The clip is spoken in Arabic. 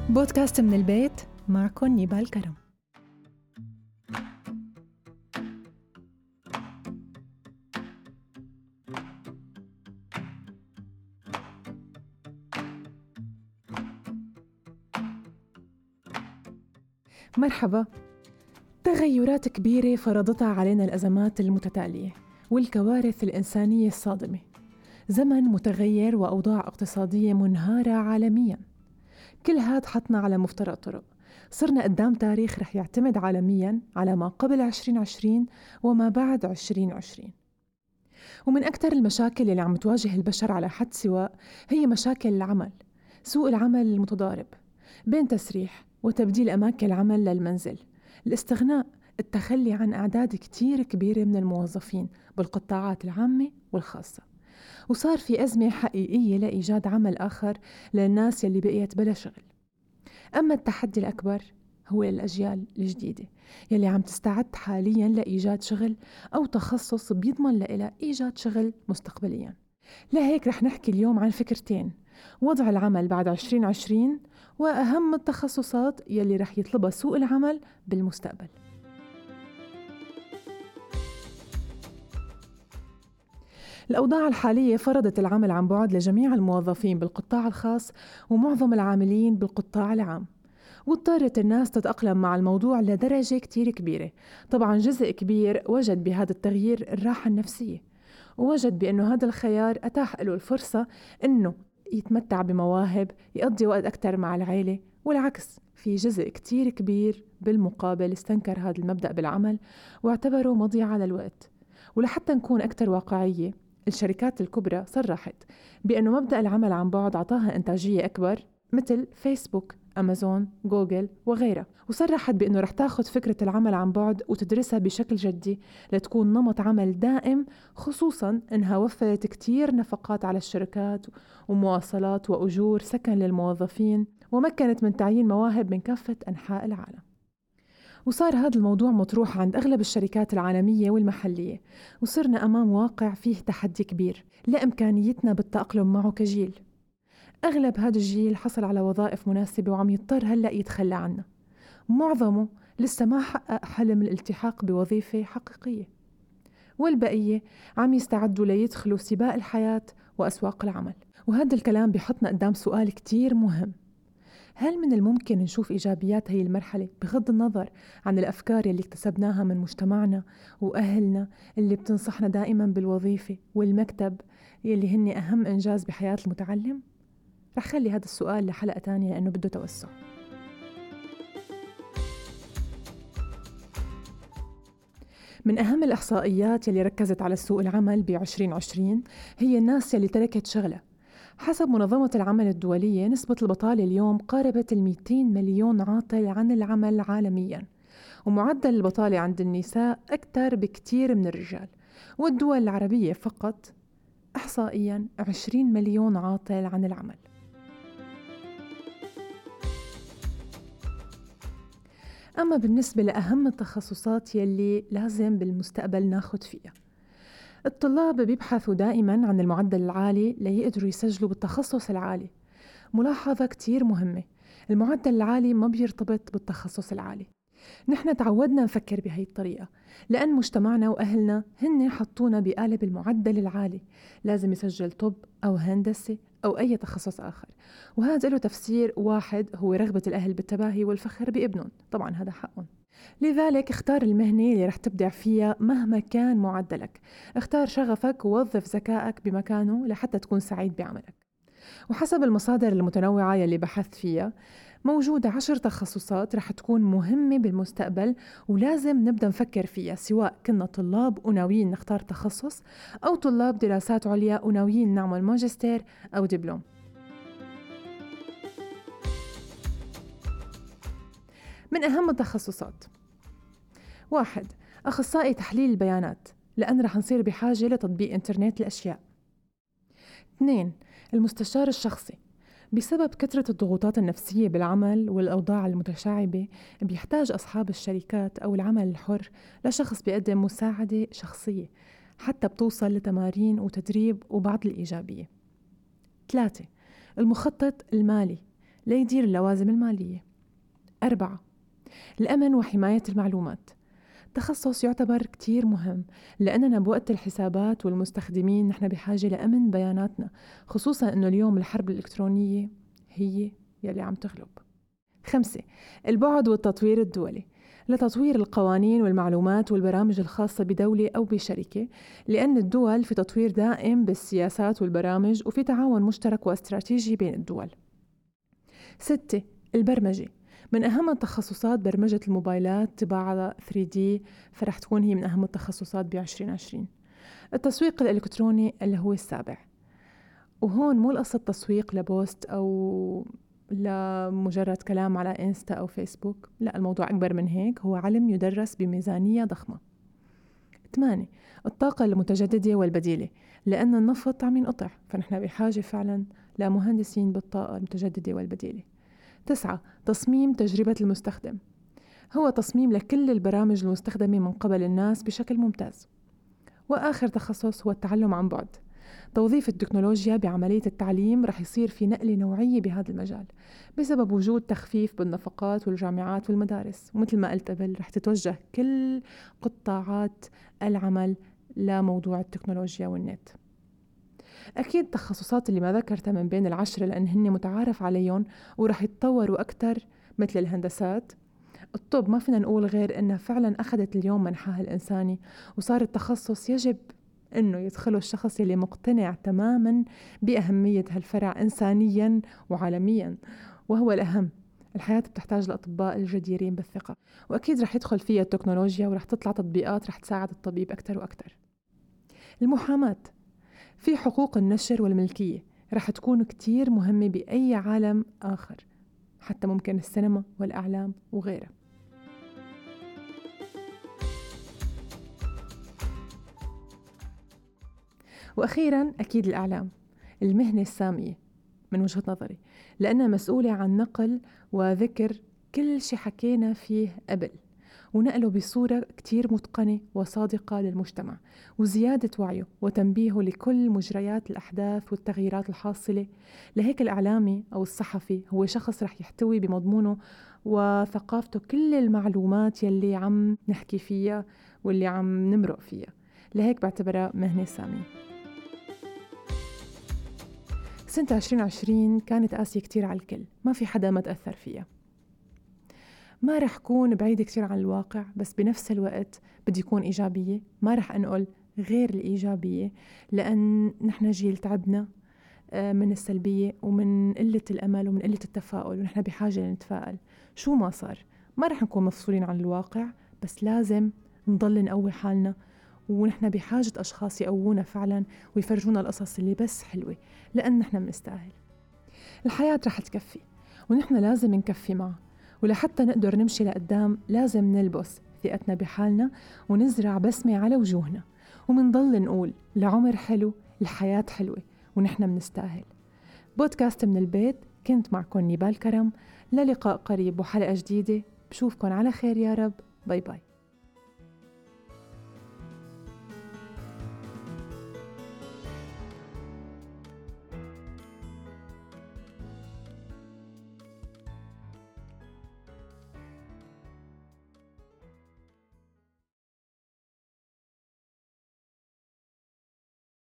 بودكاست من البيت، معكم نيبال كرم. مرحبا. تغيرات كبيرة فرضتها علينا الأزمات المتتالية والكوارث الإنسانية الصادمة. زمن متغير وأوضاع اقتصادية منهارة عالمياً. كل هاد حطنا على مفترق طرق. صرنا قدام تاريخ رح يعتمد عالمياً على ما قبل 2020 وما بعد 2020. ومن أكثر المشاكل اللي عم تواجه البشر على حد سواء هي مشاكل العمل. سوق العمل المتضارب بين تسريح وتبديل أماكن العمل للمنزل، الاستغناء، التخلي عن أعداد كتير كبيرة من الموظفين بالقطاعات العامة والخاصة. وصار في أزمة حقيقية لإيجاد عمل آخر للناس يلي بقيت بلا شغل. أما التحدي الأكبر هو الأجيال الجديدة يلي عم تستعد حالياً لإيجاد شغل أو تخصص بيضمن لها إيجاد شغل مستقبلياً. لهيك رح نحكي اليوم عن فكرتين: وضع العمل بعد 2020 وأهم التخصصات يلي رح يطلبها سوق العمل بالمستقبل. الأوضاع الحالية فرضت العمل عن بعد لجميع الموظفين بالقطاع الخاص ومعظم العاملين بالقطاع العام، واضطرت الناس تتأقلم مع الموضوع لدرجة كتير كبيرة. طبعاً جزء كبير وجد بهذا التغيير الراحة النفسية، ووجد بأنه هذا الخيار أتاح له الفرصة أنه يتمتع بمواهب، يقضي وقت أكتر مع العائلة. والعكس، في جزء كتير كبير بالمقابل استنكر هذا المبدأ بالعمل واعتبره مضيعة للوقت. ولحتى نكون أكتر واقعية، الشركات الكبرى صرحت بأنه مبدأ العمل عن بعد عطاها إنتاجية أكبر، مثل فيسبوك، أمازون، جوجل وغيرها. وصرحت بأنه رح تاخد فكرة العمل عن بعد وتدرسها بشكل جدي لتكون نمط عمل دائم، خصوصاً إنها وفرت كتير نفقات على الشركات ومواصلات وأجور سكن للموظفين، ومكنت من تعيين مواهب من كافة أنحاء العالم. وصار هذا الموضوع مطروح عند أغلب الشركات العالمية والمحلية، وصرنا أمام واقع فيه تحدي كبير لإمكانيتنا بالتأقلم معه كجيل. أغلب هذا الجيل حصل على وظائف مناسبة وعم يضطر هلأ يتخلى عنها. معظمه لسه ما حقق حلم الالتحاق بوظيفة حقيقية، والبقية عم يستعدوا ليدخلوا سباق الحياة وأسواق العمل. وهذا الكلام بيحطنا قدام سؤال كتير مهم: هل من الممكن نشوف إيجابيات هاي المرحلة بغض النظر عن الأفكار اللي اكتسبناها من مجتمعنا وأهلنا اللي بتنصحنا دائما بالوظيفة والمكتب اللي هن أهم إنجاز بحياة المتعلم؟ رح خلي هذا السؤال لحلقة تانية لأنه بده توسع. من أهم الإحصائيات يلي ركزت على سوق العمل ب2020 هي الناس يلي تركت شغلها. حسب منظمة العمل الدولية، نسبة البطالة اليوم قاربت 200 مليون عاطل عن العمل عالمياً، ومعدل البطالة عند النساء أكثر بكتير من الرجال. والدول العربية فقط إحصائياً 20 مليون عاطل عن العمل. أما بالنسبة لأهم التخصصات يلي لازم بالمستقبل ناخد فيها، الطلاب بيبحثوا دائماً عن المعدل العالي ليقدروا يسجلوا بالتخصص العالي. ملاحظة كتير مهمة: المعدل العالي ما بيرتبط بالتخصص العالي. نحن تعودنا نفكر بهاي الطريقة لأن مجتمعنا وأهلنا هن حطونا بقالب المعدل العالي، لازم يسجل طب أو هندسة أو أي تخصص آخر. وهذا له تفسير واحد، هو رغبة الأهل بالتباهي والفخر بابنهم. طبعا هذا حقهم، لذلك اختار المهنة اللي رح تبدع فيها مهما كان معدلك. اختار شغفك ووظف ذكائك بمكانه لحتى تكون سعيد بعملك. وحسب المصادر المتنوعة يلي بحثت فيها، موجودة 10 تخصصات رح تكون مهمة بالمستقبل ولازم نبدأ نفكر فيها، سواء كنا طلاب وناويين نختار تخصص أو طلاب دراسات عليا وناويين نعمل ماجستير أو دبلوم. من أهم التخصصات: 1. أخصائي تحليل البيانات، لأن رح نصير بحاجة لتطبيق إنترنت الأشياء. 2. المستشار الشخصي، بسبب كثرة الضغوطات النفسية بالعمل والأوضاع المتشعبة بيحتاج أصحاب الشركات أو العمل الحر لشخص بيقدم مساعدة شخصية حتى بتوصل لتمارين وتدريب وبعض الإيجابية. 3. المخطط المالي، ليدير اللوازم المالية. 4. الأمن وحماية المعلومات. تخصص يعتبر كتير مهم لأننا بوقت الحسابات والمستخدمين نحن بحاجة لأمن بياناتنا، خصوصاً أنه اليوم الحرب الإلكترونية هي يلي عم تغلب. 5. البعد والتطوير الدولي لتطوير القوانين والمعلومات والبرامج الخاصة بدولة أو بشركة، لأن الدول في تطوير دائم بالسياسات والبرامج وفي تعاون مشترك واستراتيجي بين الدول. 6. البرمجة. من أهم التخصصات برمجة الموبايلات طباعة 3D، فرح تكون هي من أهم التخصصات ب2020. التسويق الإلكتروني اللي هو 7. وهون مو القصة تسويق لبوست أو لمجرد كلام على إنستا أو فيسبوك، لا، الموضوع أكبر من هيك، هو علم يدرس بميزانية ضخمة. 8. الطاقة المتجددة والبديلة، لأن النفط عم ينقطع، فنحن بحاجة فعلا لمهندسين بالطاقة المتجددة والبديلة. 9. تصميم تجربة المستخدم، هو تصميم لكل البرامج المستخدمة من قبل الناس بشكل ممتاز. وآخر تخصص هو التعلم عن بعد. توظيف التكنولوجيا بعملية التعليم رح يصير في نقلة نوعية بهذا المجال بسبب وجود تخفيف بالنفقات والجامعات والمدارس، ومثل ما قلت قبل رح تتوجه كل قطاعات العمل لموضوع التكنولوجيا والنت. أكيد التخصصات اللي ما ذكرتها من بين ال10 لأن هن متعارف عليهم ورح يتطوروا أكتر، مثل الهندسات. الطب ما فينا نقول غير إنها فعلا أخذت اليوم منحاها الإنساني، وصار التخصص يجب إنه يدخله الشخص اللي مقتنع تماما بأهمية هالفرع إنسانيا وعالميا، وهو الأهم. الحياة بتحتاج الأطباء الجديرين بالثقة، وأكيد رح يدخل فيها التكنولوجيا ورح تطلع تطبيقات رح تساعد الطبيب أكتر وأكتر. المحاماة، في حقوق النشر والملكية رح تكون كتير مهمة بأي عالم آخر، حتى ممكن السينما والأعلام وغيرها. وأخيراً أكيد الإعلام، المهنة السامية من وجهة نظري، لأنها مسؤولة عن نقل وذكر كل شي حكينا فيه قبل، ونقله بصورة كتير متقنة وصادقة للمجتمع، وزيادة وعيه وتنبيهه لكل مجريات الأحداث والتغييرات الحاصلة. لهيك الإعلامي أو الصحفي هو شخص رح يحتوي بمضمونه وثقافته كل المعلومات يلي عم نحكي فيها واللي عم نمرق فيها، لهيك بعتبرها مهنة سامية. سنة 2020 كانت قاسية كتير على الكل، ما في حدا ما تأثر فيها. ما رح كون بعيدة كتير عن الواقع، بس بنفس الوقت بدي يكون إيجابية، ما رح أنقل غير الإيجابية، لأن نحن جيل تعبنا من السلبية ومن قلة الأمل ومن قلة التفاؤل، ونحن بحاجة لنتفائل. شو ما صار ما رح نكون مفصولين عن الواقع، بس لازم نضل نقوي حالنا، ونحن بحاجة أشخاص يقوونا فعلا ويفرجونا القصص اللي بس حلوة، لأن نحن بنستاهل. الحياة رح تكفي ونحن لازم نكفي معها، ولحتى نقدر نمشي لقدام لازم نلبس ثقتنا بحالنا ونزرع بسمة على وجوهنا، ومنضل نقول العمر حلو، الحياة حلوة، ونحن بنستاهل. بودكاست من البيت، كنت معكم نيبال كرم، للقاء قريب وحلقة جديدة، بشوفكن على خير يا رب. باي باي.